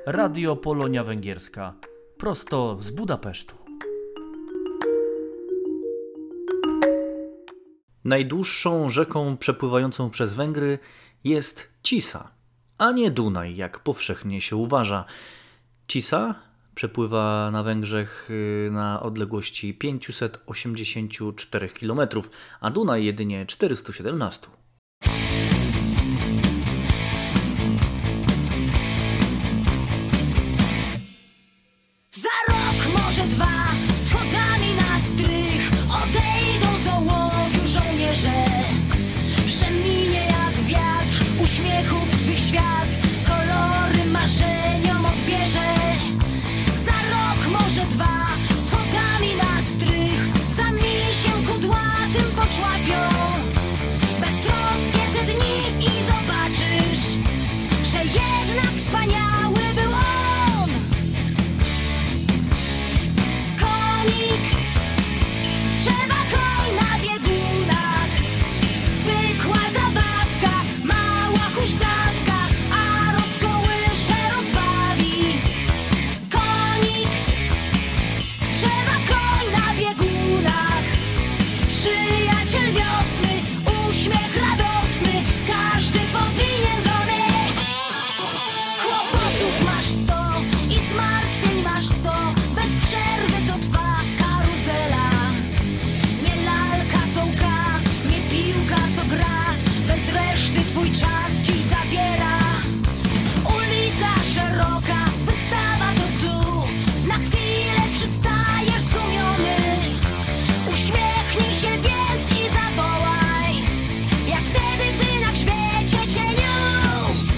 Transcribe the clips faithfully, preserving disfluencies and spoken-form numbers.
Radio Polonia Węgierska, prosto z Budapesztu. Najdłuższą rzeką przepływającą przez Węgry jest Tisa, a nie Dunaj, jak powszechnie się uważa. Tisa przepływa na Węgrzech na odległości pięćset osiemdziesiąt cztery kilometry, a Dunaj jedynie czterysta siedemnaście. Za rok, może dwa, schodami na strych odejdą z ołowiu żołnierze. Przeminie jak wiatr uśmiechów twych świat, kolory marzeniom odbierze. Za rok, może dwa, schodami na strych za misiem kudłatym poczłapią. Beztroskie te dni i zobaczysz, że jednak wspaniały był on. Konik z drzewa, koń na biegunach, zwykła zabawka, mała huśtawka, a rozkołysze rozbawi. Konik z drzewa, koń na biegunach, przyjaciel wiosny, uśmiech radosny, każdy powinien go mieć. Kłopotów masz sto i zmartwień masz sto, bez przerwy to trwa karuzela. Nie lalka co łka, nie piłka co gra, bez reszty twój czas dziś zabiera. Ulica szeroka, wystawa to tu, na chwilę przystajesz zdumiony. Uśmiechnij się więc i zawołaj, jak wtedy, gdy na grzbiecie cię niósł.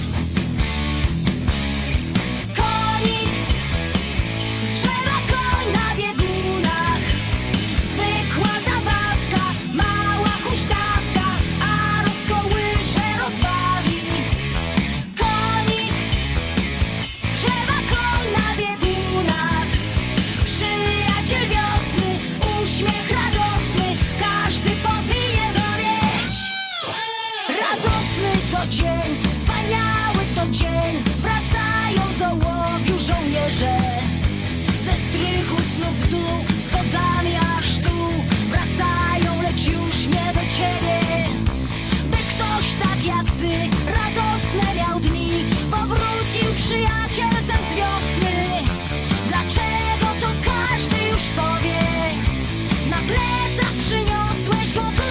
Konik z drzewa, koń na biegunach, zwykła zabawka, mała huśtawka, a rozkołysze rozbawi. Konik z drzewa, koń na biegunach, przyjaciel wiosny, uśmiech radosny, każdy powinien go mieć. Radosny to dzień, wspaniały to dzień, wracają z ołowiu żołnierze. Ze strychu znów w dół, schodami aż tu, wracają, lecz już nie do ciebie. By ktoś tak jak ty, radosne miał dni, powrócił przyjaciel ten z wiosny. Dlaczego to każdy już powie, na plecach przyniosłeś go tu.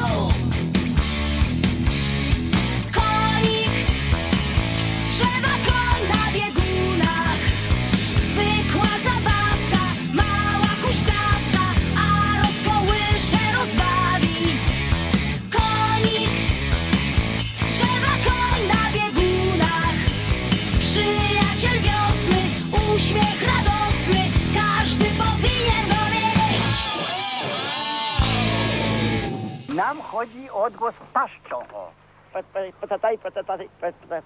Konik z drzewa, koń na biegunach, zwykła zabawka, mała huśtawka, a rozkołysze rozbawi. Konik z drzewa, koń na biegunach, przyjaciel wiosny, uśmiech radosny, każdy powinien go mieć. Nam chodzi o odgłos paszczą. Patataj, patataj, patataj.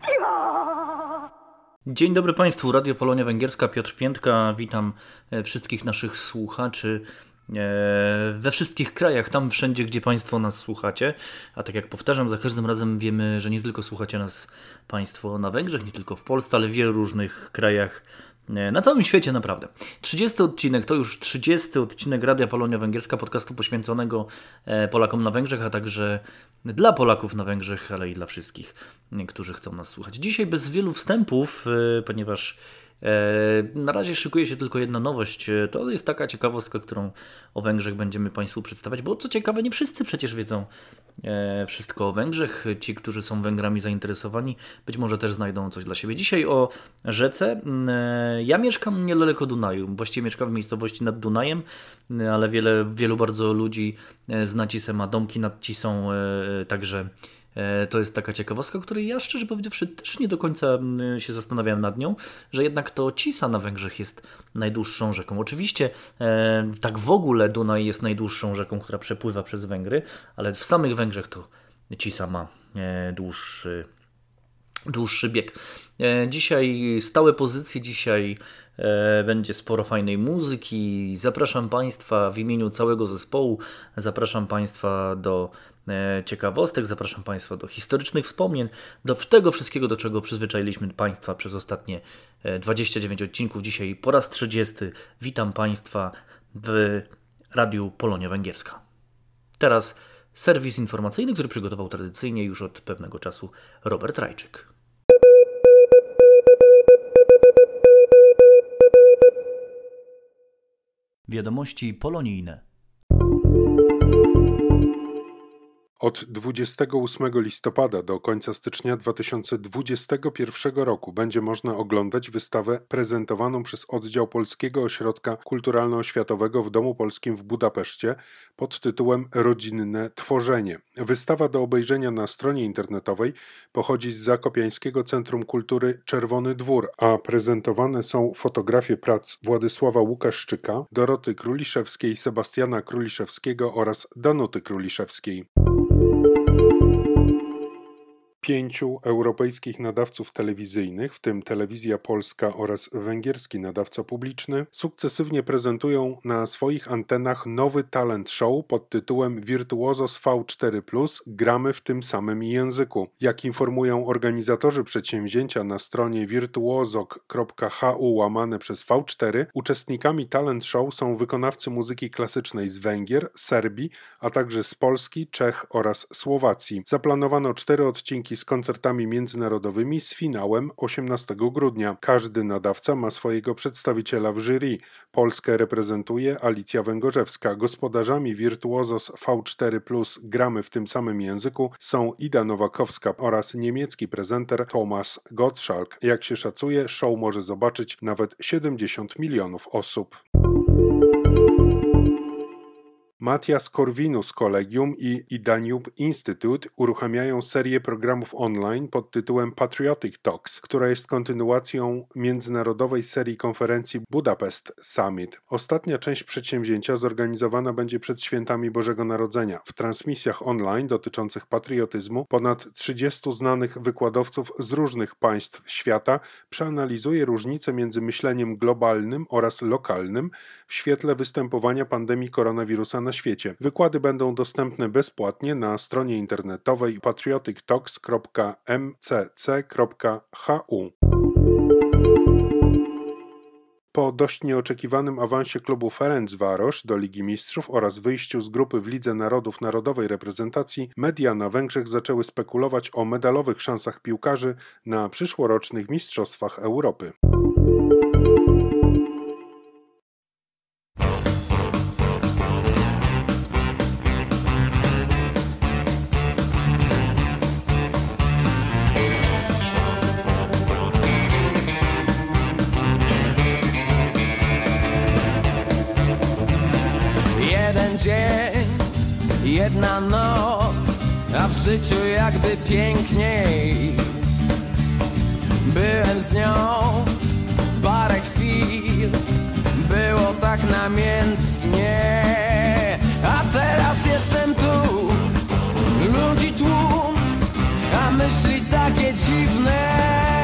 Dzień dobry Państwu, Radio Polonia Węgierska, Piotr Piętka. Witam e, wszystkich naszych słuchaczy e, we wszystkich krajach, tam wszędzie, gdzie Państwo nas słuchacie. A tak jak powtarzam, za każdym razem wiemy, że nie tylko słuchacie nas Państwo na Węgrzech, nie tylko w Polsce, ale w wielu różnych krajach e, na całym świecie naprawdę. trzydziesty odcinek, to już trzydziesty odcinek Radia Polonia Węgierska, podcastu poświęconego e, Polakom na Węgrzech, a także dla Polaków na Węgrzech, ale i dla wszystkich, e, którzy chcą nas słuchać. Dzisiaj bez wielu wstępów, e, ponieważ e, na razie szykuje się tylko jedna nowość. E, To jest taka ciekawostka, którą o Węgrzech będziemy Państwu przedstawiać, bo co ciekawe, nie wszyscy przecież wiedzą e, wszystko o Węgrzech. Ci, którzy są Węgrami zainteresowani, być może też znajdą coś dla siebie. Dzisiaj o rzece. E, Ja mieszkam niedaleko Dunaju, właściwie mieszkam w miejscowości nad Dunajem, e, ale wiele, wielu bardzo ludzi e, zna Cisę, ma domki nad Cisą, e, także e, to jest taka ciekawostka, której ja szczerze powiedziawszy też nie do końca mm, się zastanawiałem nad nią, że jednak to Tisa na Węgrzech jest najdłuższą rzeką. Oczywiście e, tak w ogóle Dunaj jest najdłuższą rzeką, która przepływa przez Węgry, ale w samych Węgrzech to Tisa ma e, dłuższy, dłuższy bieg. E, Dzisiaj stałe pozycje, dzisiaj e, będzie sporo fajnej muzyki. Zapraszam Państwa w imieniu całego zespołu, zapraszam Państwa do ciekawostek, zapraszam Państwa do historycznych wspomnień, do tego wszystkiego, do czego przyzwyczailiśmy Państwa przez ostatnie dwadzieścia dziewięć odcinków. Dzisiaj po raz trzydziesty witam Państwa w Radiu Polonia Węgierska. Teraz serwis informacyjny, który przygotował tradycyjnie już od pewnego czasu Robert Rajczyk. Wiadomości polonijne. Od dwudziestego ósmego listopada do końca stycznia dwa tysiące dwudziestego pierwszego roku będzie można oglądać wystawę prezentowaną przez oddział Polskiego Ośrodka Kulturalno-Oświatowego w Domu Polskim w Budapeszcie pod tytułem Rodzinne Tworzenie. Wystawa do obejrzenia na stronie internetowej pochodzi z Zakopiańskiego Centrum Kultury Czerwony Dwór, a prezentowane są fotografie prac Władysława Łukaszczyka, Doroty Króliszewskiej, Sebastiana Króliszewskiego oraz Danuty Króliszewskiej. Pięciu europejskich nadawców telewizyjnych, w tym Telewizja Polska oraz węgierski nadawca publiczny, sukcesywnie prezentują na swoich antenach nowy talent show pod tytułem Wirtuozos V cztery plus, gramy w tym samym języku. Jak informują organizatorzy przedsięwzięcia na stronie wirtuozok kropka h u łamane przez V cztery, uczestnikami talent show są wykonawcy muzyki klasycznej z Węgier, Serbii, a także z Polski, Czech oraz Słowacji. Zaplanowano cztery odcinki z koncertami międzynarodowymi z finałem osiemnastego grudnia. Każdy nadawca ma swojego przedstawiciela w jury. Polskę reprezentuje Alicja Węgorzewska. Gospodarzami Wirtuozos V cztery plus, gramy w tym samym języku, są Ida Nowakowska oraz niemiecki prezenter Thomas Gottschalk. Jak się szacuje, show może zobaczyć nawet siedemdziesiąt milionów osób. Matthias Corvinus Collegium i Danube Institute uruchamiają serię programów online pod tytułem Patriotic Talks, która jest kontynuacją międzynarodowej serii konferencji Budapest Summit. Ostatnia część przedsięwzięcia zorganizowana będzie przed świętami Bożego Narodzenia. W transmisjach online dotyczących patriotyzmu ponad trzydziestu znanych wykładowców z różnych państw świata przeanalizuje różnice między myśleniem globalnym oraz lokalnym w świetle występowania pandemii koronawirusa na świecie. Wykłady będą dostępne bezpłatnie na stronie internetowej patriotic talks kropka m c c kropka h u. Po dość nieoczekiwanym awansie klubu Ferencváros do Ligi Mistrzów oraz wyjściu z grupy w Lidze Narodów narodowej reprezentacji, media na Węgrzech zaczęły spekulować o medalowych szansach piłkarzy na przyszłorocznych Mistrzostwach Europy. Dzień, jedna noc, a w życiu jakby piękniej. Byłem z nią parę chwil, było tak namiętnie. A teraz jestem tu, ludzi tłum, a myśli takie dziwne.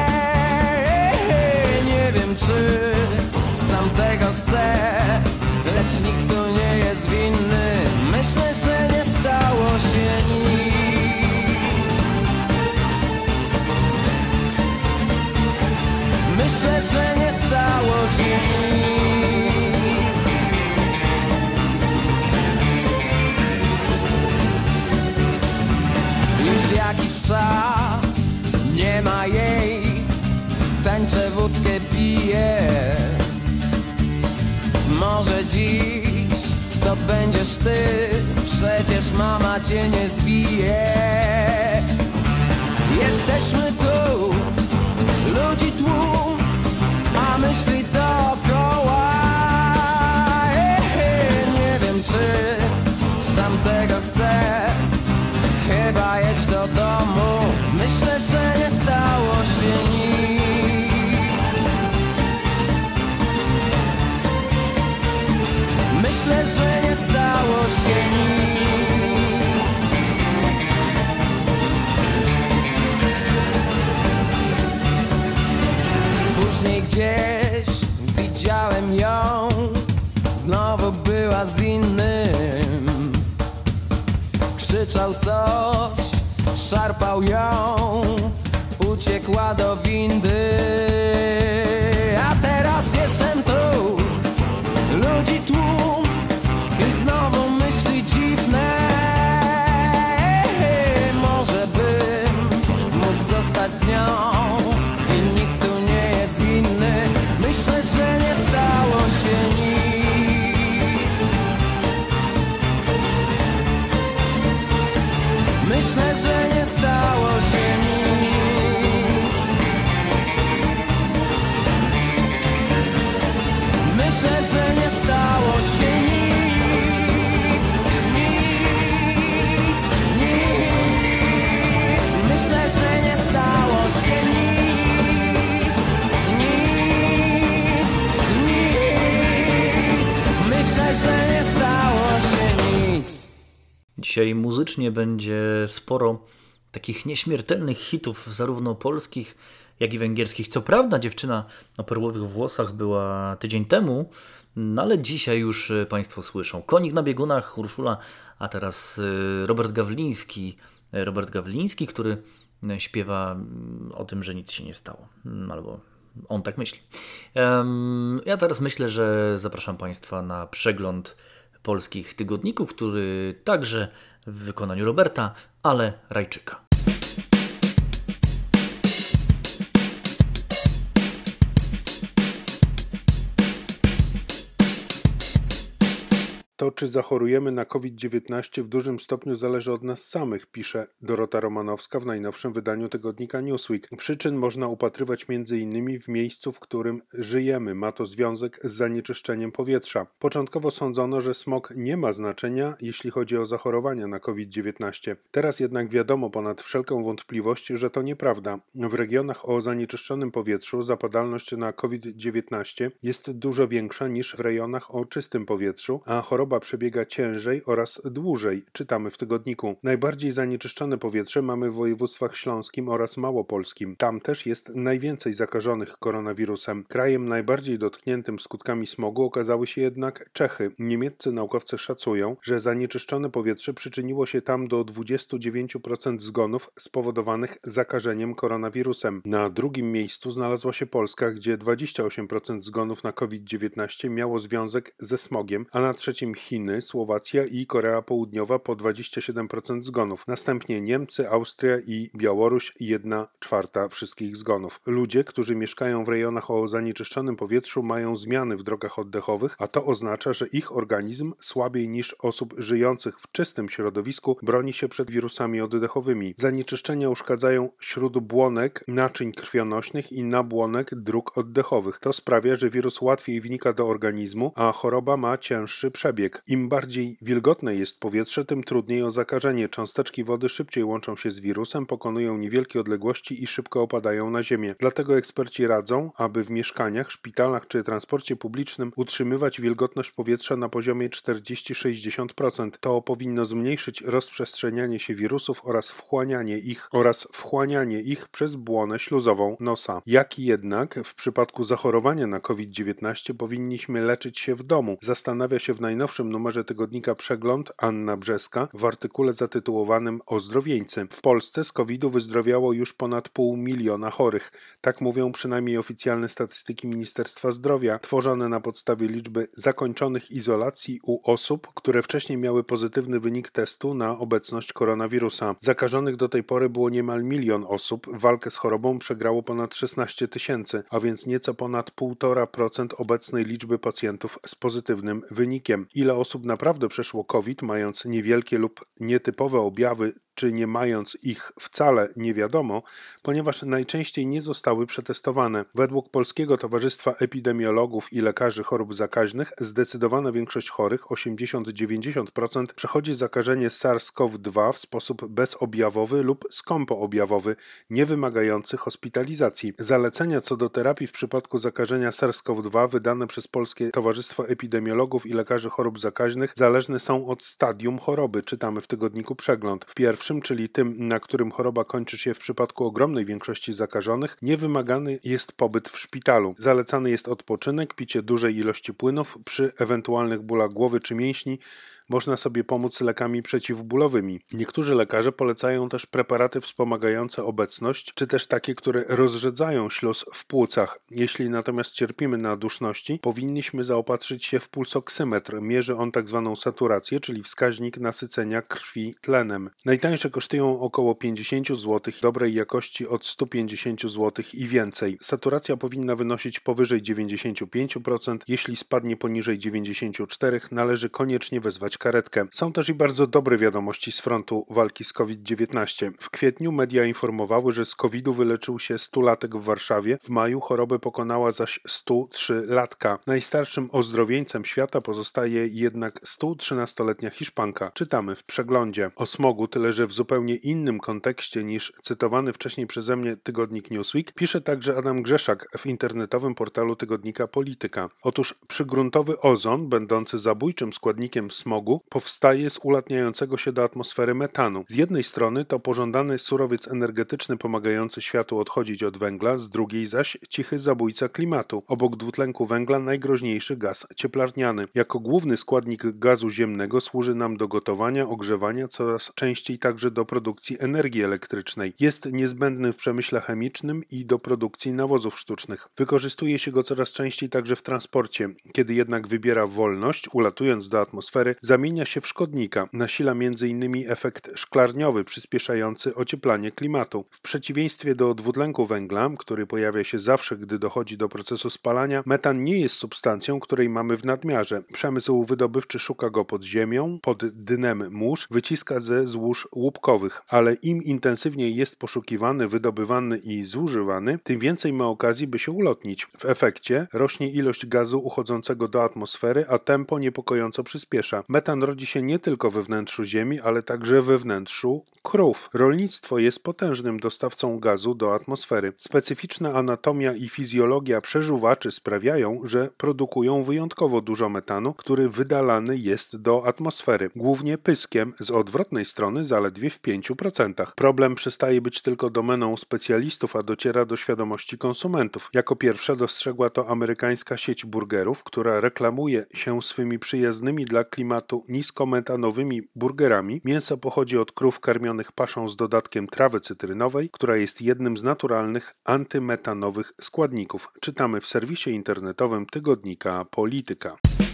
Nie wiem, czy sam tego chcę, lecz nikt tu nie jest winny. Myślę, że nie stało się nic. Myślę, że nie stało się nic. Już jakiś czas nie ma jej, tańczę, wódkę piję. Może dziś to będziesz ty, przecież mama cię nie zbije. Jesteśmy tu, ludzi tłum, a myśli dookoła. Nie wiem, czy sam tego chcę, chyba jedź do domu. Myślę, że nie stało się nic. Myślę, że nie stało się nic. Później gdzieś widziałem ją, znowu była z innym. krzyczał coś, szarpał ją, uciekła do windy. A teraz jestem tu, ludzi tłum i znowu myśli dziwne. Może bym mógł zostać z nią i nikt tu nie jest winny. Myślę, że nie stało się nic. Myślę, że nie stało się nic. Myślę, że nie stało się nic. Nic, nic. Myślę, że nie stało się nic. Nic, nic. Myślę, że nie stało się nic. Dzisiaj muzycznie będzie sporo takich nieśmiertelnych hitów, zarówno polskich, jak i węgierskich. Co prawda dziewczyna o perłowych włosach była tydzień temu, no ale dzisiaj już Państwo słyszą. Konik na biegunach, Urszula, a teraz Robert Gawliński. Robert Gawliński, który śpiewa o tym, że nic się nie stało. Albo on tak myśli. Ja teraz myślę, że zapraszam Państwa na przegląd polskich tygodników, który także w wykonaniu Roberta, ale Rajczyka. To, czy zachorujemy na COVID dziewiętnaście, w dużym stopniu zależy od nas samych, pisze Dorota Romanowska w najnowszym wydaniu tygodnika Newsweek. Przyczyn można upatrywać między innymi w miejscu, w którym żyjemy. Ma to związek z zanieczyszczeniem powietrza. Początkowo sądzono, że smog nie ma znaczenia, jeśli chodzi o zachorowania na COVID dziewiętnaście. Teraz jednak wiadomo ponad wszelką wątpliwość, że to nieprawda. W regionach o zanieczyszczonym powietrzu zapadalność na COVID dziewiętnaście jest dużo większa niż w rejonach o czystym powietrzu, a choroba przebiega ciężej oraz dłużej, czytamy w tygodniku. Najbardziej zanieczyszczone powietrze mamy w województwach śląskim oraz małopolskim. Tam też jest najwięcej zakażonych koronawirusem. Krajem najbardziej dotkniętym skutkami smogu okazały się jednak Czechy. Niemieccy naukowcy szacują, że zanieczyszczone powietrze przyczyniło się tam do dwadzieścia dziewięć procent zgonów spowodowanych zakażeniem koronawirusem. Na drugim miejscu znalazła się Polska, gdzie dwadzieścia osiem procent zgonów na COVID dziewiętnaście miało związek ze smogiem, a na trzecim Chiny, Słowacja i Korea Południowa po dwadzieścia siedem procent zgonów. Następnie Niemcy, Austria i Białoruś jedna czwarta wszystkich zgonów. Ludzie, którzy mieszkają w rejonach o zanieczyszczonym powietrzu, mają zmiany w drogach oddechowych, a to oznacza, że ich organizm słabiej niż osób żyjących w czystym środowisku broni się przed wirusami oddechowymi. Zanieczyszczenia uszkadzają śródbłonek naczyń krwionośnych i nabłonek dróg oddechowych. To sprawia, że wirus łatwiej wnika do organizmu, a choroba ma cięższy przebieg. Im bardziej wilgotne jest powietrze, tym trudniej o zakażenie. Cząsteczki wody szybciej łączą się z wirusem, pokonują niewielkie odległości i szybko opadają na ziemię. Dlatego eksperci radzą, aby w mieszkaniach, szpitalach czy transporcie publicznym utrzymywać wilgotność powietrza na poziomie czterdzieści do sześćdziesięciu procent. To powinno zmniejszyć rozprzestrzenianie się wirusów oraz wchłanianie ich oraz wchłanianie ich przez błonę śluzową nosa. Jak jednak w przypadku zachorowania na COVID dziewiętnaście powinniśmy leczyć się w domu? Zastanawia się w najnowszym numerze tygodnika Przegląd Anna Brzeska w artykule zatytułowanym Ozdrowieńcy. W Polsce z kowida wyzdrowiało już ponad pół miliona chorych. Tak mówią przynajmniej oficjalne statystyki Ministerstwa Zdrowia, tworzone na podstawie liczby zakończonych izolacji u osób, które wcześniej miały pozytywny wynik testu na obecność koronawirusa. Zakażonych do tej pory było niemal milion osób. Walkę z chorobą przegrało ponad szesnaście tysięcy, a więc nieco ponad półtora procent obecnej liczby pacjentów z pozytywnym wynikiem. Ile osób naprawdę przeszło COVID, mając niewielkie lub nietypowe objawy, czy nie mając ich wcale, nie wiadomo, ponieważ najczęściej nie zostały przetestowane. Według Polskiego Towarzystwa Epidemiologów i Lekarzy Chorób Zakaźnych zdecydowana większość chorych, osiemdziesiąt do dziewięćdziesięciu procent, przechodzi zakażenie SARS-CoV dwa w sposób bezobjawowy lub skąpoobjawowy, nie wymagający hospitalizacji. Zalecenia co do terapii w przypadku zakażenia SARS-CoV dwa wydane przez Polskie Towarzystwo Epidemiologów i Lekarzy Chorób Zakaźnych zależne są od stadium choroby, czytamy w tygodniku Przegląd. W pierwszym, czyli tym, na którym choroba kończy się w przypadku ogromnej większości zakażonych, niewymagany jest pobyt w szpitalu. Zalecany jest odpoczynek, picie dużej ilości płynów, przy ewentualnych bólach głowy czy mięśni można sobie pomóc lekami przeciwbólowymi. Niektórzy lekarze polecają też preparaty wspomagające obecność, czy też takie, które rozrzedzają śluz w płucach. Jeśli natomiast cierpimy na duszności, powinniśmy zaopatrzyć się w pulsoksymetr. Mierzy on tak zwaną saturację, czyli wskaźnik nasycenia krwi tlenem. Najtańsze kosztują około pięćdziesiąt złotych, dobrej jakości od sto pięćdziesiąt złotych i więcej. Saturacja powinna wynosić powyżej dziewięćdziesiąt pięć procent. Jeśli spadnie poniżej dziewięćdziesiąt cztery procent, należy koniecznie wezwać karetkę. Są też i bardzo dobre wiadomości z frontu walki z COVID dziewiętnaście. W kwietniu media informowały, że z kowida wyleczył się stulatek w Warszawie. W maju chorobę pokonała zaś sto trzy latka. Najstarszym ozdrowieńcem świata pozostaje jednak sto trzynastoletnia Hiszpanka. Czytamy w przeglądzie. O smogu, tyle że w zupełnie innym kontekście niż cytowany wcześniej przeze mnie tygodnik Newsweek, pisze także Adam Grzeszak w internetowym portalu tygodnika Polityka. Otóż przygruntowy ozon, będący zabójczym składnikiem smogu, powstaje z ulatniającego się do atmosfery metanu. Z jednej strony to pożądany surowiec energetyczny pomagający światu odchodzić od węgla, z drugiej zaś cichy zabójca klimatu. Obok dwutlenku węgla najgroźniejszy gaz cieplarniany. Jako główny składnik gazu ziemnego służy nam do gotowania, ogrzewania, coraz częściej także do produkcji energii elektrycznej. Jest niezbędny w przemyśle chemicznym i do produkcji nawozów sztucznych. Wykorzystuje się go coraz częściej także w transporcie. Kiedy jednak wybiera wolność, ulatując do atmosfery, zamienia się w szkodnika. Nasila między innymi efekt szklarniowy przyspieszający ocieplanie klimatu. W przeciwieństwie do dwutlenku węgla, który pojawia się zawsze, gdy dochodzi do procesu spalania, metan nie jest substancją, której mamy w nadmiarze. Przemysł wydobywczy szuka go pod ziemią, pod dnem mórz, wyciska ze złóż łupkowych, ale im intensywniej jest poszukiwany, wydobywany i zużywany, tym więcej ma okazji, by się ulotnić. W efekcie rośnie ilość gazu uchodzącego do atmosfery, a tempo niepokojąco przyspiesza. Metan rodzi się nie tylko we wnętrzu Ziemi, ale także we wnętrzu krów. Rolnictwo jest potężnym dostawcą gazu do atmosfery. Specyficzna anatomia i fizjologia przeżuwaczy sprawiają, że produkują wyjątkowo dużo metanu, który wydalany jest do atmosfery, głównie pyskiem, z odwrotnej strony zaledwie w pięciu procentach. Problem przestaje być tylko domeną specjalistów, a dociera do świadomości konsumentów. Jako pierwsza dostrzegła to amerykańska sieć burgerów, która reklamuje się swymi przyjaznymi dla klimatu niskometanowymi burgerami. Mięso pochodzi od krów karmionych paszą z dodatkiem trawy cytrynowej, która jest jednym z naturalnych antymetanowych składników. Czytamy w serwisie internetowym tygodnika Polityka.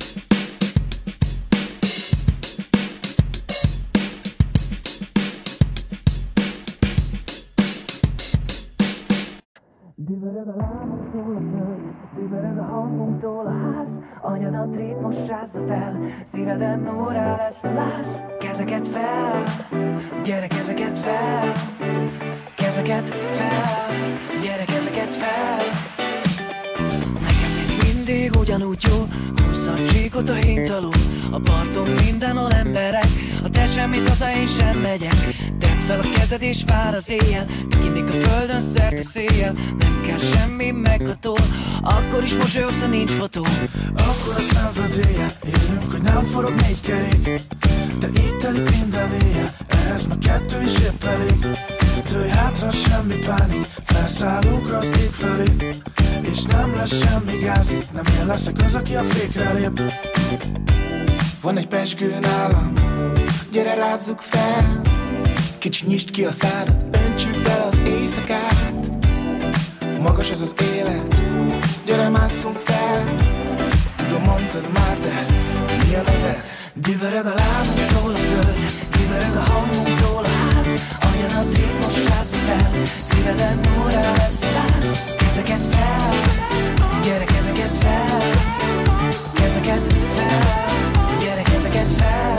Dübörög a lábam szól a föld, dübörög a hangomtól a ház. Anyad a trét most rázza fel, szíveden órá lesz a láz. Kezeket fel, gyere kezeket fel, kezeket fel, gyere kezeket fel. Nekem még mindig ugyanúgy jó, húzza a csíkot a hímtaló. A parton mindenhol emberek, ha te sem mész haza, én sem megyek. Tedd fel a kezed és vár az éjjel, meginnik a földön szerte széjjel. Nem kell semmi megható, akkor is mosolyogsz, ha nincs fotó. Akkor a szenvedélye, élünk, hogy nem forog négy kerék. De így telik minden éjjel, ehhez ma kettő is épp elég. Tőj hátra, semmi pánik, felszállunk az ég felé. És nem lesz semmi gáz itt, nem én leszek az, aki a fékre lép. Van egy pezsgő nálam, gyere rázzuk fel. Kicsi nyisd ki a szádat, öntsük bele az éjszakát. Magas ez az élet, gyere másszunk fel. Tudom, mondtad már, de mi a neved? Dübörög a lábamtól a föld, dübörög a hangomtól a ház. Anyad a trét most rázza fel, szíveden órá lesz a láz. Kezeket fel, gyere kezeket fel, kezeket fel, gyere kezeket fel.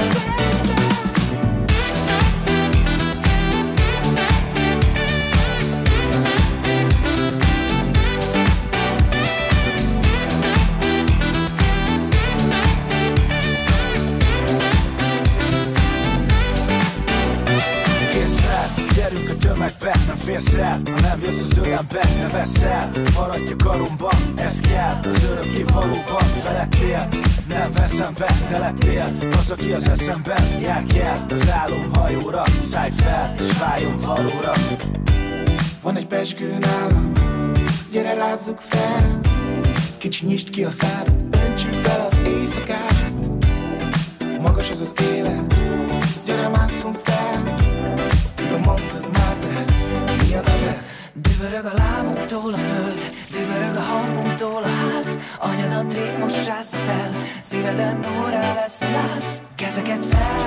Gyerünk a tömegbe, nem férsz el. Ha nem jössz az ölembe, ne vesz el. Maradj a karomban, ez kell. Az örökké valóban felettél. Nem veszem be, te lettél az, aki az eszemben jár kell. Az álomhajóra, szállj fel, és váljon valóra. Van egy pezsgő nálam, gyere rázzuk fel. Kicsi nyisd ki a szádat, öntsük bele az éjszakát. magas ez az élet. Gyere, másszunk fel, tudom, mondtad már, de mi a neved? Dübörög a lábunktól a föld, dübörög a hangunktól a ház. Anyadat ritmus rázza fel, szíveden órá lesz a láz. Kezeket fel,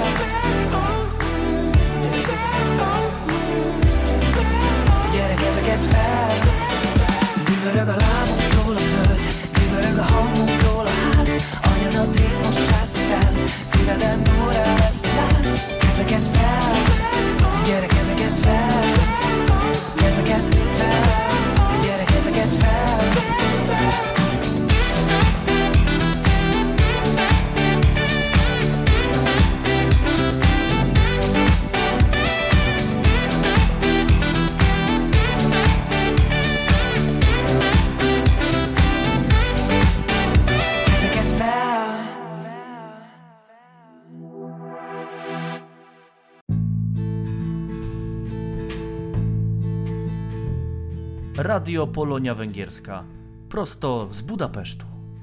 gyere, kezeket fel, gyere, kezeket fel. Dübörög a lábunktól a föld, dübörög a hangunktól a ház. Anyadat ritmus rázza fel, szíveden órá lesz a láz. Kezeket fel, gyere, kezeket fel, kezeket fel, gyere, kezeket fel. Radio Polonia Węgierska, prosto z Budapesztu.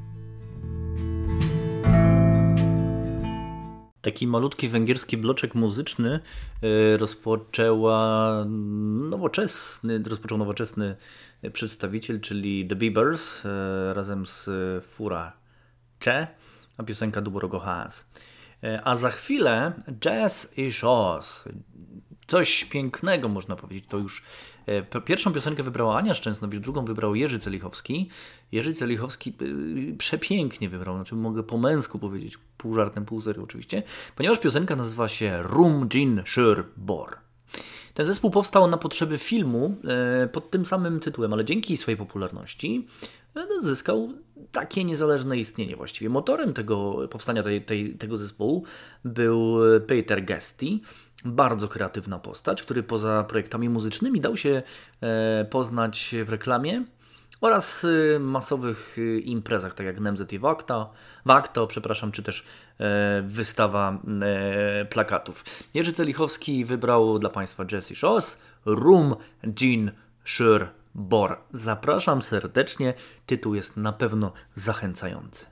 Taki malutki węgierski bloczek muzyczny rozpoczęła nowoczesny, rozpoczął nowoczesny przedstawiciel, czyli The Biebers razem z Fura Cze, a piosenka Duborogo Has. A za chwilę Jazz i Szos. Coś pięknego, można powiedzieć. To już pierwszą piosenkę wybrała Ania Szczęsnowicz, drugą wybrał Jerzy Celichowski. Jerzy Celichowski przepięknie wybrał, znaczy mogę po męsku powiedzieć, pół żartem, pół serio oczywiście, ponieważ piosenka nazywa się Rum Gin Szyr Bor. Ten zespół powstał na potrzeby filmu pod tym samym tytułem, ale dzięki swojej popularności zyskał takie niezależne istnienie właściwie. Motorem tego powstania tej, tej, tego zespołu był Peter Gesti, bardzo kreatywna postać, który poza projektami muzycznymi dał się poznać w reklamie oraz masowych imprezach, tak jak N M Z i Wakto, Wakto, przepraszam, czy też wystawa plakatów. Jerzy Celichowski wybrał dla Państwa Jazz i Szos, Rum Gin Szyr Bor. Zapraszam serdecznie, tytuł jest na pewno zachęcający.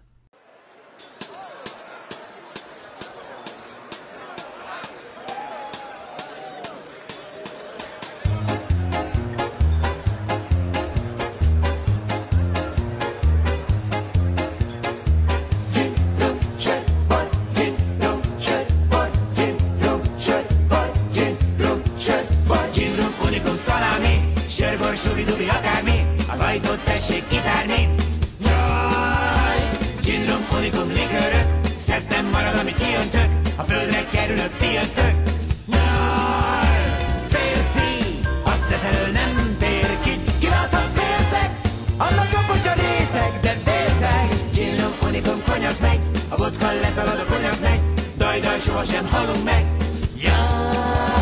Subi-dubi akármi, az ajtót tessék kitárni. Jaj, gin-rum, unikum, likőrök, szesz nem marad, amit kiöntök, a földre kerülök, ti jöttök. Jaj, férfi, azt szesz elől nem tér ki, kilátom félszeg, annak jobb, hogyha részeg, de délceg. Gin-rum, unikum, konyak megy, a vodka leszalad a konyak megy, daj-daj, sohasem halunk meg. Jaj.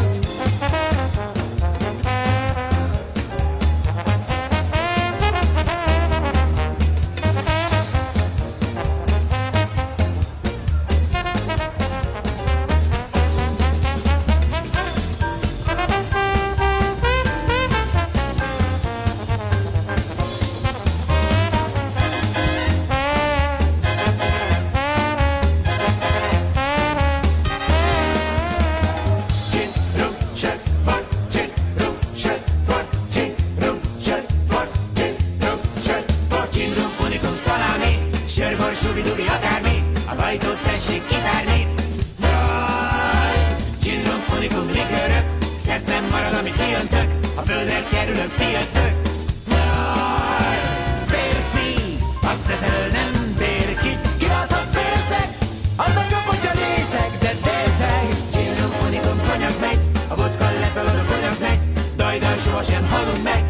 Subi-dubi akármi, az ajtót tessék kitárni. Jaj, gin-rum, unikum, likőrök, szesz nem marad, amit kiöntök, a földre kerülök, ti jöttök. Jaj, férfi, a szesz elől nem tér ki, kiláthat félszeg, annak jobb, hogyha részeg, de délceg. Gin-rum, unikum, konyak megy, a vodka leszalad a konyak megy, daj-daj, sohasem halunk meg.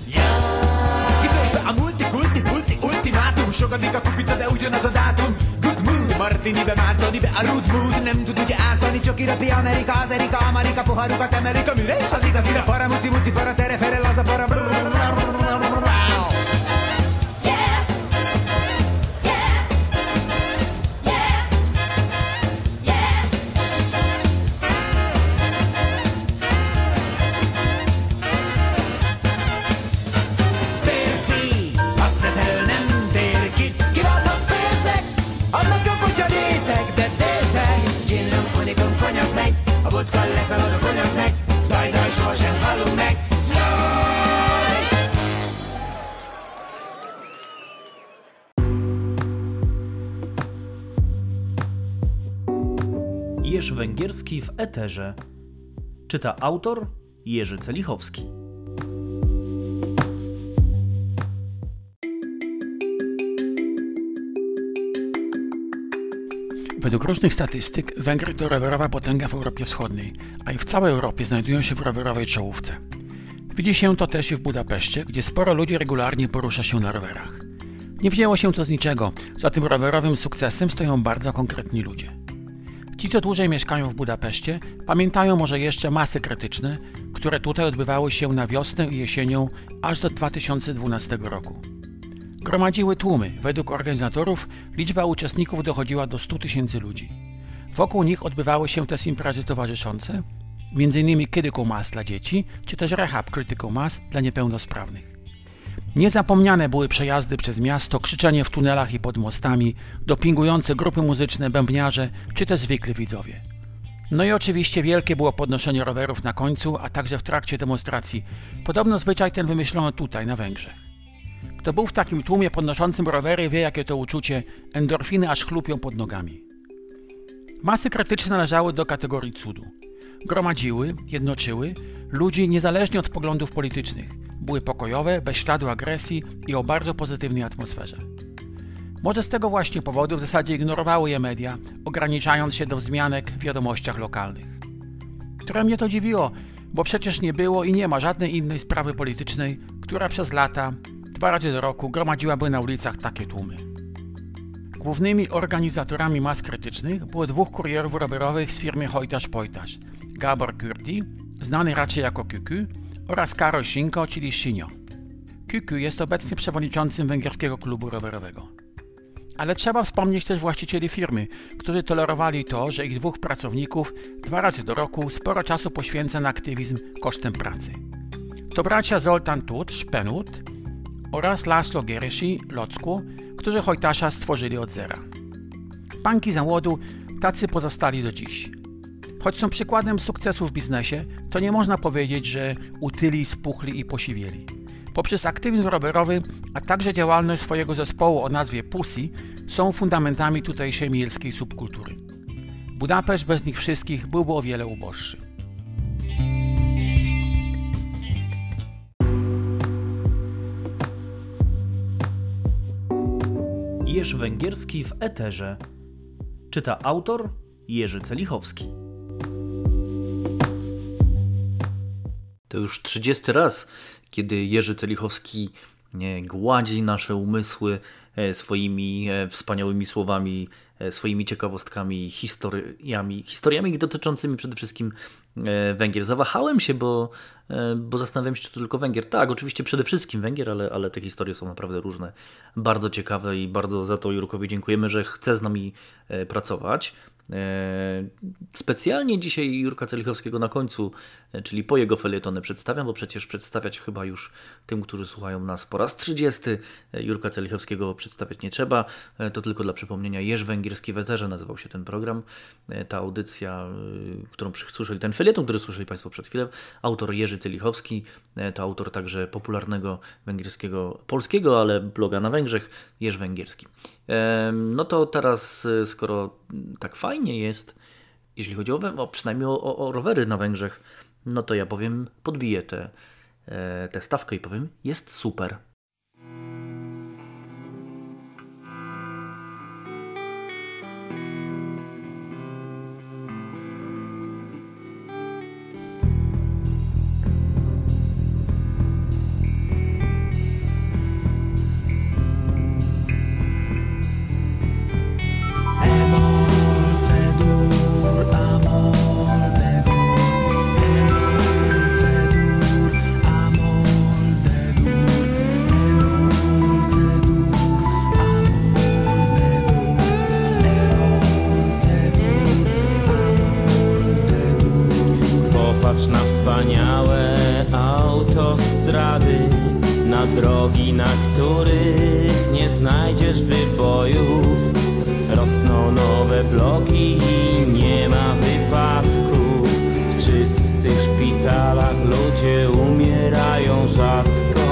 A multi-kulti, multi-ultimátum, sokadik a kupica, de ugyanaz a dátum. Good mood, martinibe, mártonibe, a rude mood nem tud ugye ártani, csak irapi Amerika, az Erika, Amerika, poharukat emelik, amire is az igazira. Fara, muci, muci, fara, tere, fere, laza, para, annak jobb, hogyha részeg, de délceg. Jeż Węgierski w eterze. Czyta autor Jerzy Celichowski. Według różnych statystyk Węgry to rowerowa potęga w Europie Wschodniej, a i w całej Europie znajdują się w rowerowej czołówce. Widzi się to też i w Budapeszcie, gdzie sporo ludzi regularnie porusza się na rowerach. Nie wzięło się to z niczego, za tym rowerowym sukcesem stoją bardzo konkretni ludzie. Ci, co dłużej mieszkają w Budapeszcie, pamiętają może jeszcze masy krytyczne, które tutaj odbywały się na wiosnę i jesienią aż do dwa tysiące dwunastego roku. Gromadziły tłumy. Według organizatorów liczba uczestników dochodziła do stu tysięcy ludzi. Wokół nich odbywały się też imprezy towarzyszące, między innymi Critical Mass dla dzieci, czy też Rehab Critical Mass dla niepełnosprawnych. Niezapomniane były przejazdy przez miasto, krzyczenie w tunelach i pod mostami, dopingujące grupy muzyczne, bębniarze, czy też zwykli widzowie. No i oczywiście wielkie było podnoszenie rowerów na końcu, a także w trakcie demonstracji. Podobno zwyczaj ten wymyślono tutaj, na Węgrzech. Kto był w takim tłumie podnoszącym rowery, wie, jakie to uczucie, endorfiny aż chlupią pod nogami. Masy krytyczne należały do kategorii cudu. Gromadziły, jednoczyły ludzi niezależnie od poglądów politycznych. Były pokojowe, bez śladu agresji i o bardzo pozytywnej atmosferze. Może z tego właśnie powodu w zasadzie ignorowały je media, ograniczając się do wzmianek w wiadomościach lokalnych. Trochę mnie to dziwiło, bo przecież nie było i nie ma żadnej innej sprawy politycznej, która przez lata, dwa razy do roku, gromadziłaby na ulicach takie tłumy. Głównymi organizatorami mas krytycznych było dwóch kurierów rowerowych z firmy Hojtasz Pojtasz, Gabor Kurdi, znany raczej jako Kuku, oraz Karol Sinko, czyli Sinio. Kuku jest obecnie przewodniczącym węgierskiego klubu rowerowego. Ale trzeba wspomnieć też właścicieli firmy, którzy tolerowali to, że ich dwóch pracowników dwa razy do roku sporo czasu poświęca na aktywizm kosztem pracy. To bracia Zoltan Tucz, Penut oraz Laszlo Geresi, Locku, którzy Hojtasza stworzyli od zera. Panki zawodu tacy pozostali do dziś. Choć są przykładem sukcesu w biznesie, to nie można powiedzieć, że utyli, spuchli i posiwieli. Poprzez aktywizm rowerowy, a także działalność swojego zespołu o nazwie Pussy są fundamentami tutejszej mielskiej subkultury. Budapeszt bez nich wszystkich byłby o wiele uboższy. Jeż Węgierski w eterze. Czyta autor Jerzy Celichowski. To już trzydziesty raz, kiedy Jerzy Celichowski gładzi nasze umysły swoimi wspaniałymi słowami, swoimi ciekawostkami, historiami, historiami dotyczącymi przede wszystkim Węgier. Zawahałem się, bo, bo zastanawiałem się, czy to tylko Węgier. Tak, oczywiście przede wszystkim Węgier, ale, ale te historie są naprawdę różne, bardzo ciekawe i bardzo za to Jurkowi dziękujemy, że chce z nami pracować. Specjalnie dzisiaj Jurka Celichowskiego na końcu, czyli po jego felietony przedstawiam, bo przecież przedstawiać chyba już tym, którzy słuchają nas po raz trzydziesty. Jurka Celichowskiego przedstawiać nie trzeba, to tylko dla przypomnienia Jeż Węgierski w eterze nazywał się ten program, ta audycja, którą słyszeli, ten felieton, który słyszeli Państwo przed chwilą, autor Jerzy Celichowski, to autor także popularnego węgierskiego, polskiego, ale bloga na Węgrzech, Jeż Węgierski. No to teraz, skoro tak fajnie jest, jeśli chodzi o, o przynajmniej o, o rowery na Węgrzech, no to ja powiem, podbiję tę tę stawkę i powiem, jest super. Popatrz na wspaniałe autostrady, na drogi, na których nie znajdziesz wybojów. Rosną nowe bloki i nie ma wypadków. W czystych szpitalach ludzie umierają rzadko.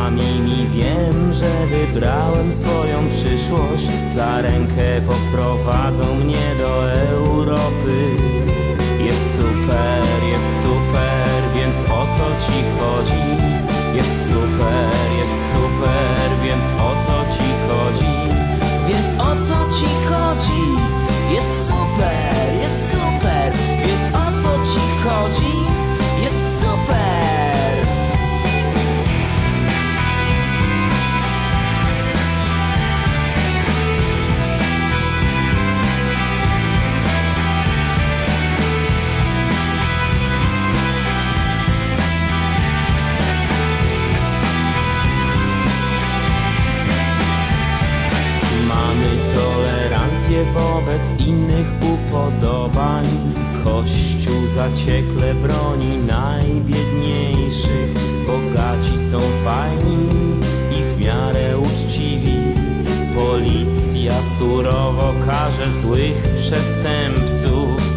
Mam i wiem, że wybrałem swoją przyszłość. Za rękę poprowadzą mnie do Europy. Jest super, jest super, więc o co ci chodzi? Jest super, jest super, więc o co ci chodzi? Więc o co ci chodzi? Jest super, jest super, więc o co ci chodzi? Jest super! Wobec innych upodobań Kościół zaciekle broni najbiedniejszych. Bogaci są fajni i w miarę uczciwi. Policja surowo karze złych przestępców.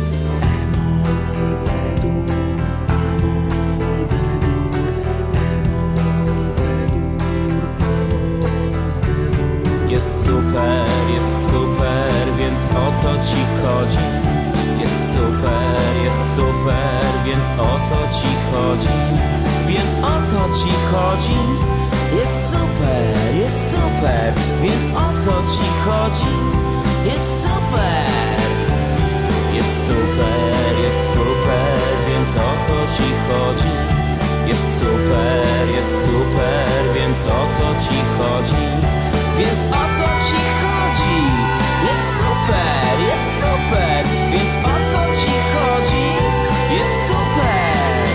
Jest super, jest super, więc o co ci chodzi? Jest super, jest super, więc o co ci chodzi? Więc o co ci chodzi? Jest super, jest super, więc o co ci chodzi? Jest super! Jest super, jest super, więc o co ci chodzi? Jest super, jest super, więc o co ci chodzi? Więc o co ci chodzi? Jest super, jest super, więc o co ci chodzi? Jest super!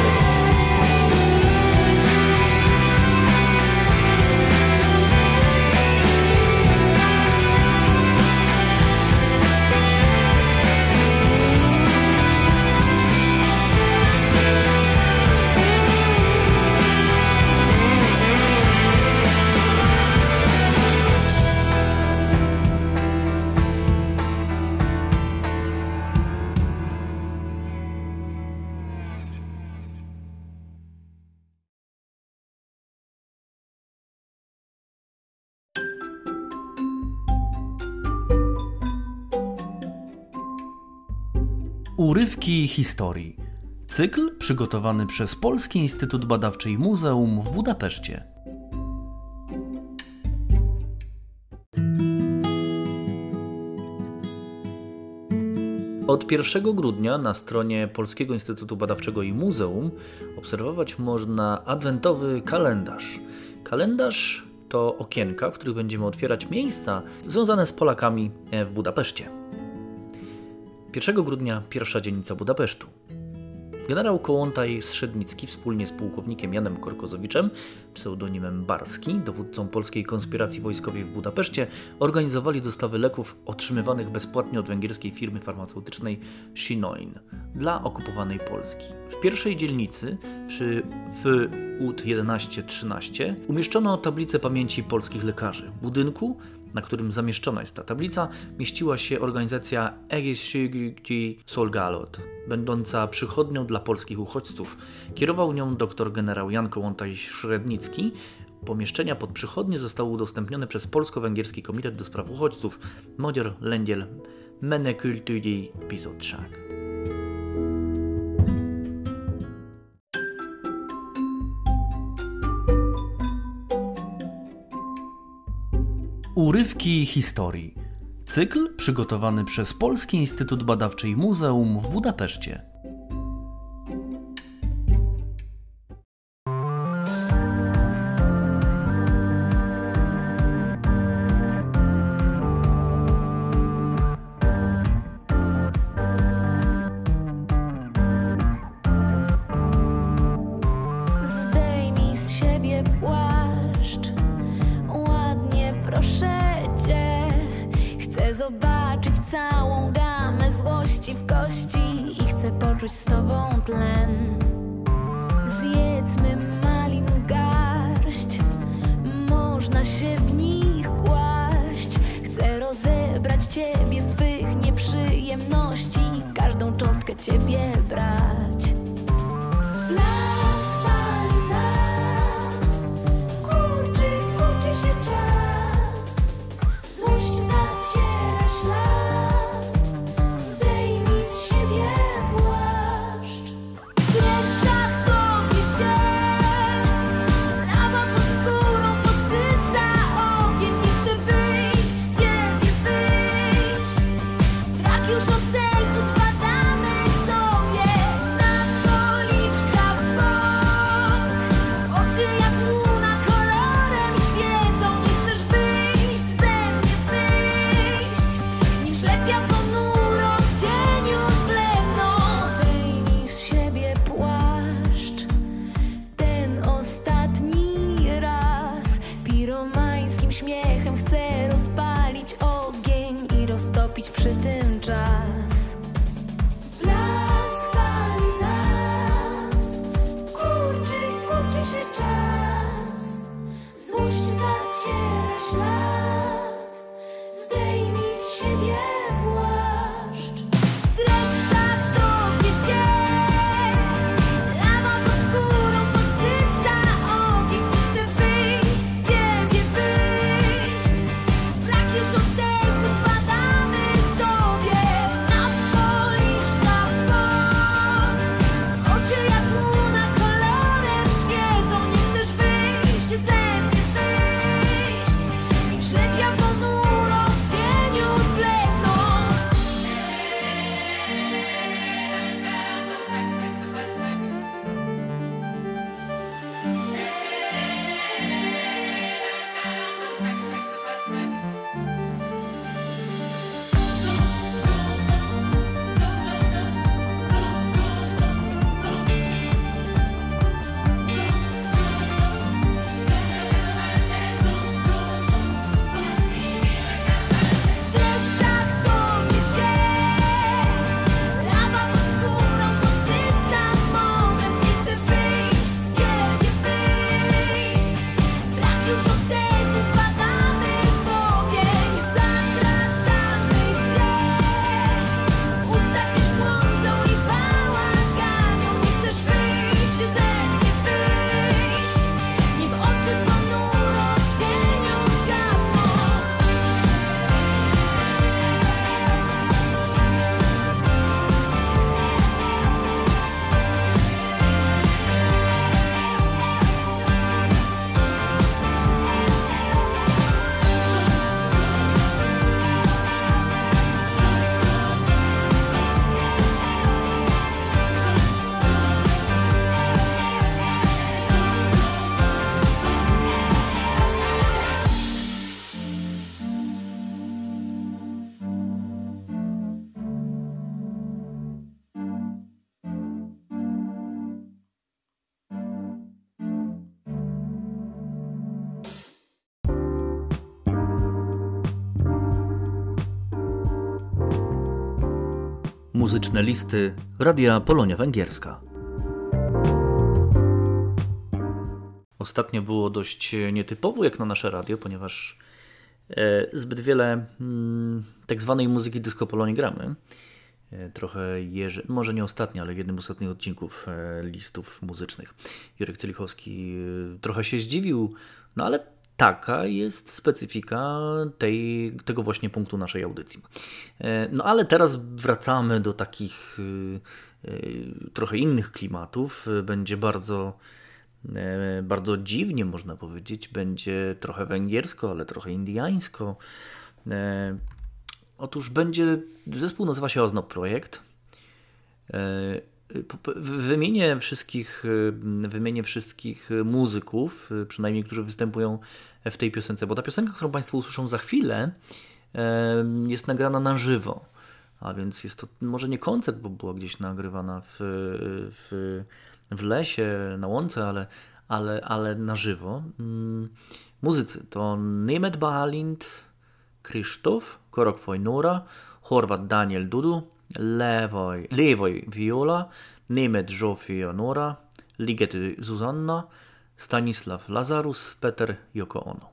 Urywki historii. Cykl przygotowany przez Polski Instytut Badawczy i Muzeum w Budapeszcie. Od pierwszego grudnia na stronie Polskiego Instytutu Badawczego i Muzeum obserwować można adwentowy kalendarz. Kalendarz to okienka, w których będziemy otwierać miejsca związane z Polakami w Budapeszcie. pierwszego grudnia pierwsza dzielnica Budapesztu. Generał Kołłątaj-Strzednicki wspólnie z pułkownikiem Janem Korkozowiczem, pseudonimem Barski, dowódcą polskiej konspiracji wojskowej w Budapeszcie, organizowali dostawy leków otrzymywanych bezpłatnie od węgierskiej firmy farmaceutycznej Shinoin dla okupowanej Polski. W pierwszej dzielnicy przy W U T jedenaście trzynaście umieszczono tablicę pamięci polskich lekarzy. W budynku, na którym zamieszczona jest ta tablica, mieściła się organizacja Egészségügyi Szolgálat, będąca przychodnią dla polskich uchodźców. Kierował nią dr generał Jan Kołłątaj-Strzednicki. Pomieszczenia pod przychodnie zostały udostępnione przez Polsko-Węgierski Komitet do Spraw Uchodźców Magyar Lengyel Menekültügyi Bizottság. Urywki historii. Cykl przygotowany przez Polski Instytut Badawczy i Muzeum w Budapeszcie. Zdejmij z siebie płaszcz, ładnie proszę cię. Chcę zobaczyć całą gamę złości w kości i chcę poczuć z tobą tlen. Zjedzmy malin garść, można się w nich kłaść. Chcę rozebrać ciebie z twych nieprzyjemności, każdą cząstkę ciebie brać. Blask pali nas, kurczę. Muzyczne listy Radia Polonia Węgierska. Ostatnio było dość nietypowo jak na nasze radio, ponieważ zbyt wiele tak zwanej muzyki disco Polonii gramy. Trochę Jerzy, może nie ostatnio, ale w jednym z ostatnich odcinków listów muzycznych Jurek Cylichowski trochę się zdziwił, no ale taka jest specyfika tej, tego właśnie punktu naszej audycji. No ale teraz wracamy do takich trochę innych klimatów. Będzie bardzo, bardzo dziwnie, można powiedzieć. Będzie trochę węgiersko, ale trochę indiańsko. Otóż będzie, zespół nazywa się Oznop Projekt. Wymienię wszystkich, wymienię wszystkich muzyków, przynajmniej którzy występują w tej piosence, bo ta piosenka, którą Państwo usłyszą za chwilę, jest nagrana na żywo. A więc jest to może nie koncert, bo była gdzieś nagrywana w, w, w lesie, na łące, ale, ale, ale na żywo. Muzycy to Németh Bálint, Krzysztof, Korok Fojnóra, Horvat Daniel Dudu, Levoj, Levoj Viola, Németh Zsófia Nóra, Ligeti Zuzanna, Stanisław Lazarus, Peter Yoko Ono.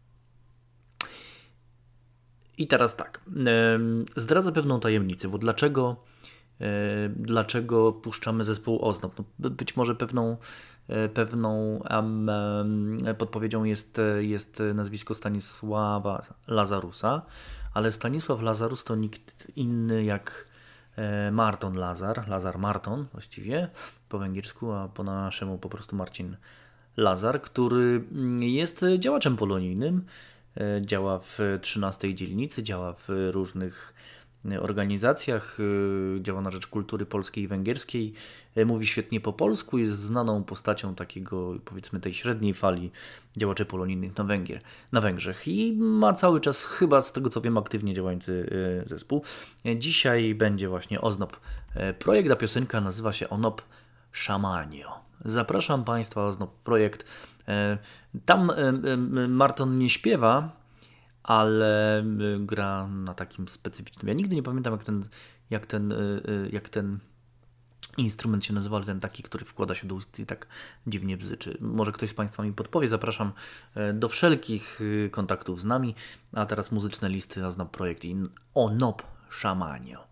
I teraz tak, zdradzę pewną tajemnicę, bo dlaczego, dlaczego puszczamy zespół Oznop? No być może pewną, pewną um, podpowiedzią jest, jest nazwisko Stanisława Lazarusa, ale Stanisław Lazarus to nikt inny jak Marton Lazar, Lazar Marton właściwie po węgiersku, a po naszemu po prostu Marcin Lazar, który jest działaczem polonijnym, działa w trzynastej dzielnicy, działa w różnych organizacjach, działa na rzecz kultury polskiej i węgierskiej, mówi świetnie po polsku, jest znaną postacią takiego, powiedzmy, tej średniej fali działaczy polonijnych na, Węgier, na Węgrzech i ma cały czas, chyba z tego co wiem, aktywnie działający zespół. Dzisiaj będzie właśnie Oznop Projekt, a piosenka nazywa się Onop Szamanio. Zapraszam Państwa, Oznop Projekt. Tam Marton nie śpiewa, ale gra na takim specyficznym. Ja nigdy nie pamiętam jak ten, jak ten, jak ten instrument się nazywa, ale ten taki, który wkłada się do ust i tak dziwnie bzyczy. Może ktoś z Państwa mi podpowie. Zapraszam do wszelkich kontaktów z nami. A teraz muzyczne listy Oznop Projekt i Onop Szamanio.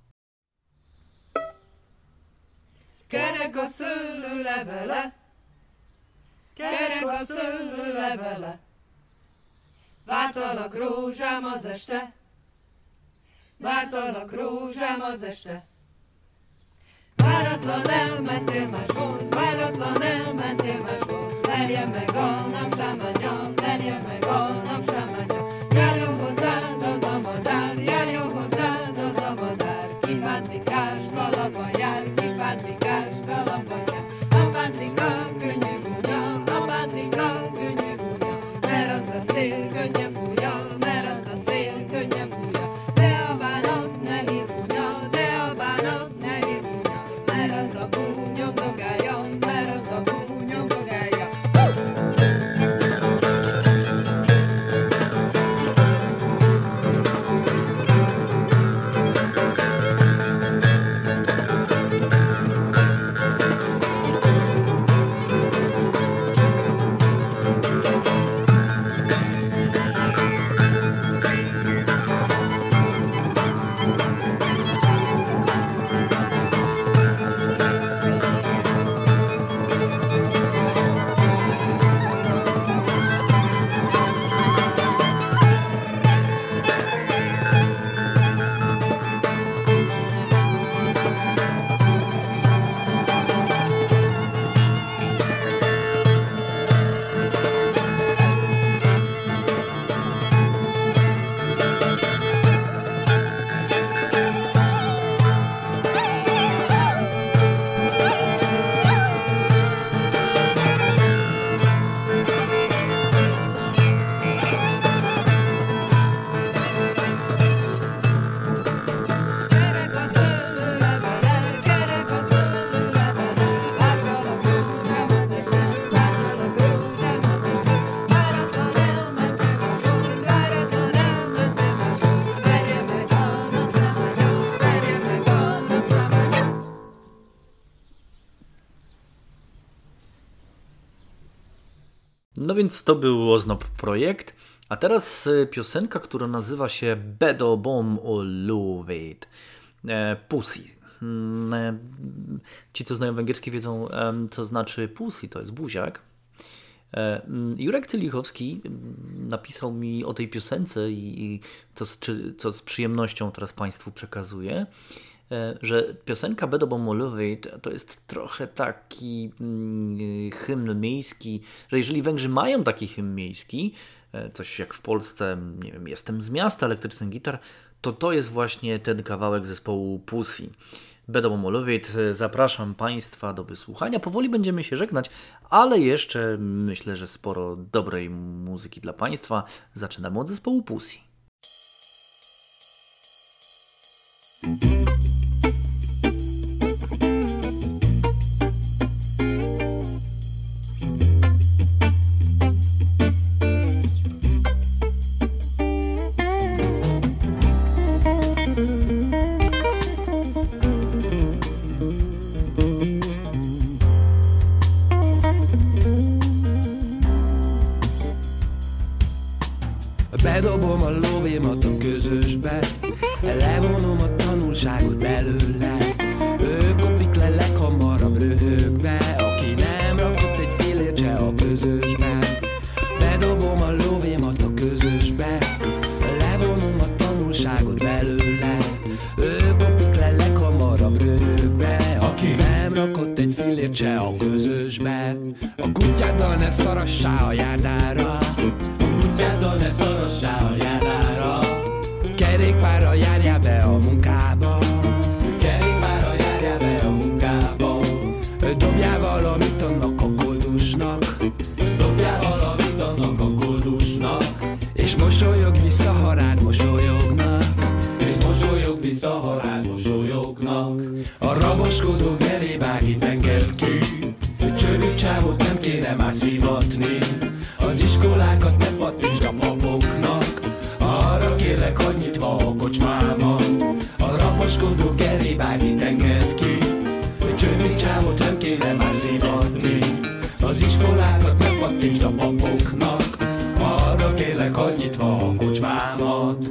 Kerek a szőlő levele, kerek a szőlő levele, vártalak rózsám az este, vártalak rózsám az este. Váratlan elmentél máshoz, váratlan elmentél máshoz, verje meg a napsámanya, verje meg a napsámanya. Járjon hozzád az a madár, járjon hozzád az a madár, kipántikás kalapon jár, kipántikás kalapon jár. A pántika könnyű gúnya, a pántika könnyű gúnya, mert azt a szél könnyen fújja, mert azt a szél könnyen fújja. De a bánat nehéz gúnya, de a bánat nehéz gúnya, mert azt a búnyom dogálja, mert azt a búnyom dogálja. No więc to był Oznop Projekt, a teraz piosenka, która nazywa się Bedo Bom o Luvet, Pussy. Ci, co znają węgierski, wiedzą, co znaczy pussy, to jest buziak. Jurek Cylichowski napisał mi o tej piosence i co z, czy, co z przyjemnością teraz Państwu przekazuję, że piosenka Bedo Bom o Luvet to jest trochę taki hymn miejski, że jeżeli Węgrzy mają taki hymn miejski, coś jak w Polsce, nie wiem, Jestem z miasta, Elektryczny gitar, to to jest właśnie ten kawałek zespołu Pussy. Bedo Bom o Luvet. Zapraszam Państwa do wysłuchania. Powoli będziemy się żegnać, ale jeszcze myślę, że sporo dobrej muzyki dla Państwa. Zaczynamy od zespołu Pussy. Bedobom a lóvémat a közösbe, levonom a tanulságot belőle. Ő kopik le leghamarabb röhögve, aki nem rakott egy fillért se a közösbe. Bedobom a lóvémat a közösbe, levonom a tanulságot belőle. Ő kopik le leghamarabb röhögve, aki nem rakott egy fillért se a közösbe. A kutyáddal ne szarassá a járdára, kutyáddal ne szarassá a járdára. Kerékpárra járjál be a munkába, kerékpárra járjál be a munkába. Dobjál valamit annak a koldusnak, dobjál valamit annak a koldusnak. És mosolyog vissza, ha rád mosolyognak, és mosolyog vissza, ha rád mosolyognak. A raboskodó gerébágit engedd ki, csövű csávot nem kéne már szivatni. Az iskolákat ne pattintsd a papoknak, arra kérlek, hadd nyitva a kocsmámat. A raboskodó gerébágit engedd ki, csövű csávot nem kéne már szivatni. Az iskolákat ne pattintsd a papoknak, arra kérlek, hadd nyitva a kocsmámat.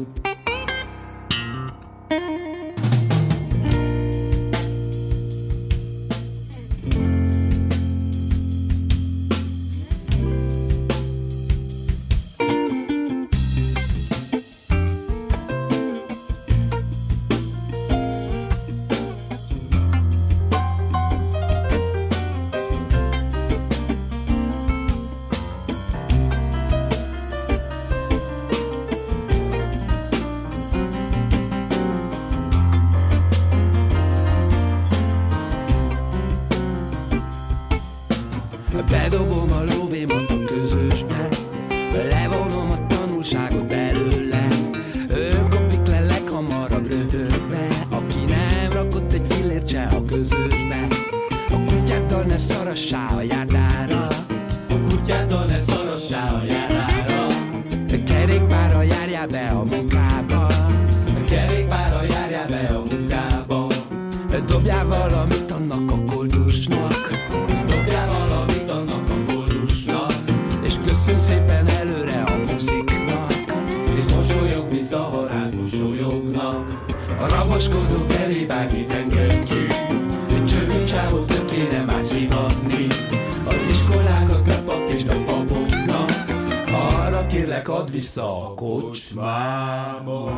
Bedobom a lóvémat a közösbe, levonom a tanulságot belőle. Ő kopik le leghamarabb röhögve, aki nem rakott egy fillért se a közösbe. A kutyáddal ne szarassá a járdára, a kutyáddal ne szarassá a járdára. Kerékpárra járjál be a munkába, kerékpárra járjál be a munkába. Dobjál valamit annak a koldusnak, dobjál valamit annak a koldusnak. És köszönj szépen előre a busziknak, és mosolyog vissza, ha rád mosolyognak. A raboskodó gerébágit engedd ki, egy csövű csávot nem kéne már szivatni. Az iskolákat ne pattintsd a papoknak, arra kérlek, add vissza a kocsmába.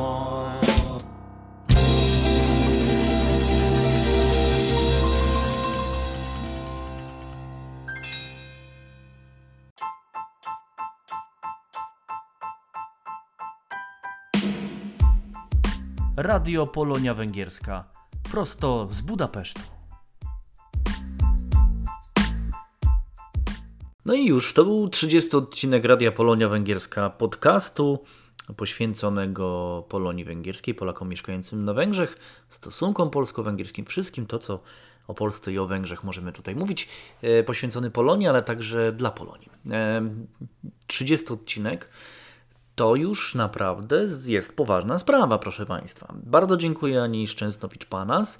Radio Polonia Węgierska, prosto z Budapesztu. No i już, to był trzydziesty odcinek Radia Polonia Węgierska, podcastu poświęconego Polonii Węgierskiej, Polakom mieszkającym na Węgrzech, stosunkom polsko-węgierskim, wszystkim to, co o Polsce i o Węgrzech możemy tutaj mówić, poświęcony Polonii, ale także dla Polonii. trzydziesty odcinek. To już naprawdę jest poważna sprawa, proszę Państwa. Bardzo dziękuję Ani Szczęsnowicz-Panas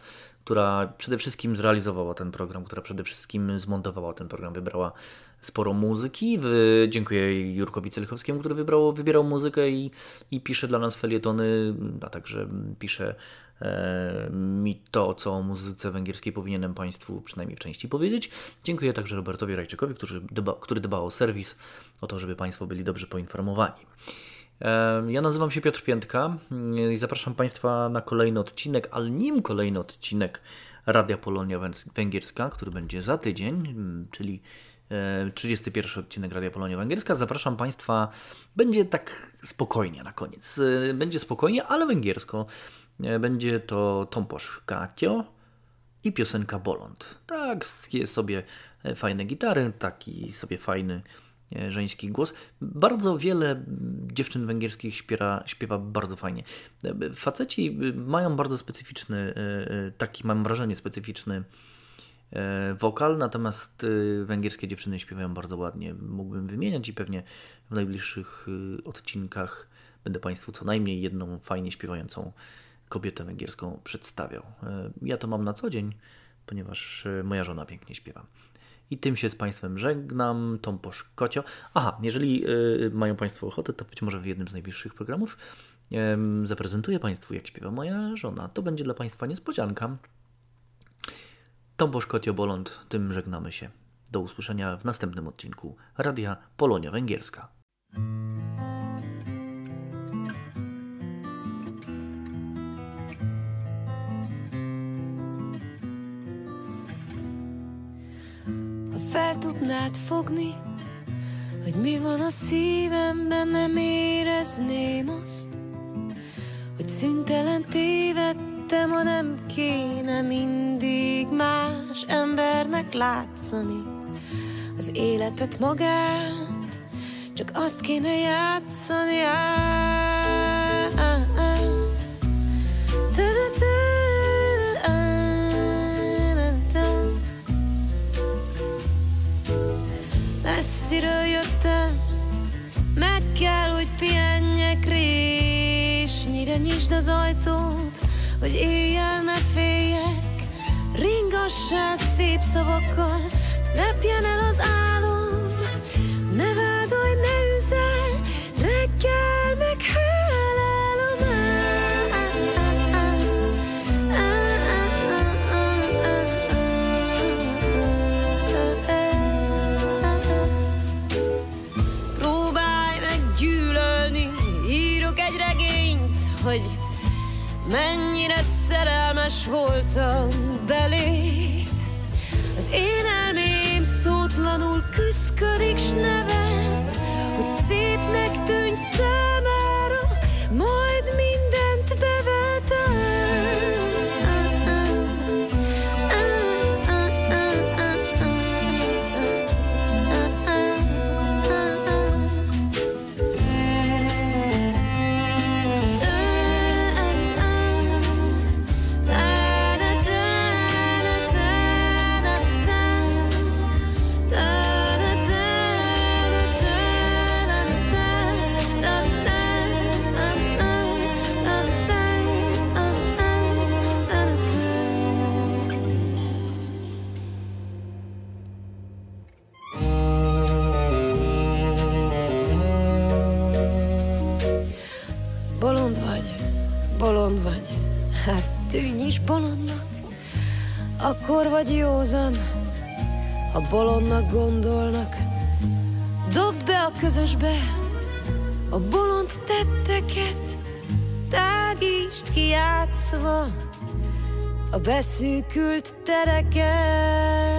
która przede wszystkim zrealizowała ten program, która przede wszystkim zmontowała ten program, wybrała sporo muzyki. Dziękuję Jurkowi Celichowskiemu, który wybrał, wybierał muzykę i, i pisze dla nas felietony, a także pisze e, mi to, co o muzyce węgierskiej powinienem Państwu przynajmniej w części powiedzieć. Dziękuję także Robertowi Rajczykowi, który dba, który dba o serwis, o to, żeby Państwo byli dobrze poinformowani. Ja nazywam się Piotr Piętka i zapraszam Państwa na kolejny odcinek, ale nim kolejny odcinek Radia Polonia Węgierska, który będzie za tydzień, czyli trzydziesty pierwszy odcinek Radia Polonia Węgierska. Zapraszam Państwa, będzie tak spokojnie na koniec. Będzie spokojnie, ale węgiersko. Będzie to Tomposz Katio i piosenka Bolond. Tak, sobie fajne gitary, taki sobie fajny żeński głos. Bardzo wiele dziewczyn węgierskich śpiewa, śpiewa bardzo fajnie. Faceci mają bardzo specyficzny, taki mam wrażenie, specyficzny wokal, natomiast węgierskie dziewczyny śpiewają bardzo ładnie. Mógłbym wymieniać i pewnie w najbliższych odcinkach będę Państwu co najmniej jedną fajnie śpiewającą kobietę węgierską przedstawiał. Ja to mam na co dzień, ponieważ moja żona pięknie śpiewa. I tym się z Państwem żegnam. Tomposz Kocio. Aha, jeżeli y, mają Państwo ochotę, to być może w jednym z najbliższych programów y, zaprezentuję Państwu, jak śpiewa moja żona. To będzie dla Państwa niespodzianka. Tomposz Kocio Bolond. Tym żegnamy się. Do usłyszenia w następnym odcinku Radia Polonia Węgierska. Fel tudnád fogni, hogy mi van a szívemben, nem érezném azt, hogy szüntelen tévedtem, ha nem kéne mindig más embernek látszani az életet magát, csak azt kéne játszani. Ah, ah, ah. Da, da, da. Messziről jöttem, meg kell, hogy pihenjek résnyire, nyisd az ajtót, hogy éjjel ne féljek, ringassál szép szavakkal, lepjen el az álom, ne vádolj, ne üzel, reggel meg hálálom. Hogy mennyire szerelmes voltam beléd. Az én elmém szótlanul küszködik, s nevet, hogy szépnek tűnj számára, majd mindent bevetem. Bolond vagy, hát tűnj is bolondnak, akkor vagy józan, ha bolondnak gondolnak. Dobd be a közösbe a bolond tetteket, tágítsd ki játszva a beszűkült tereket.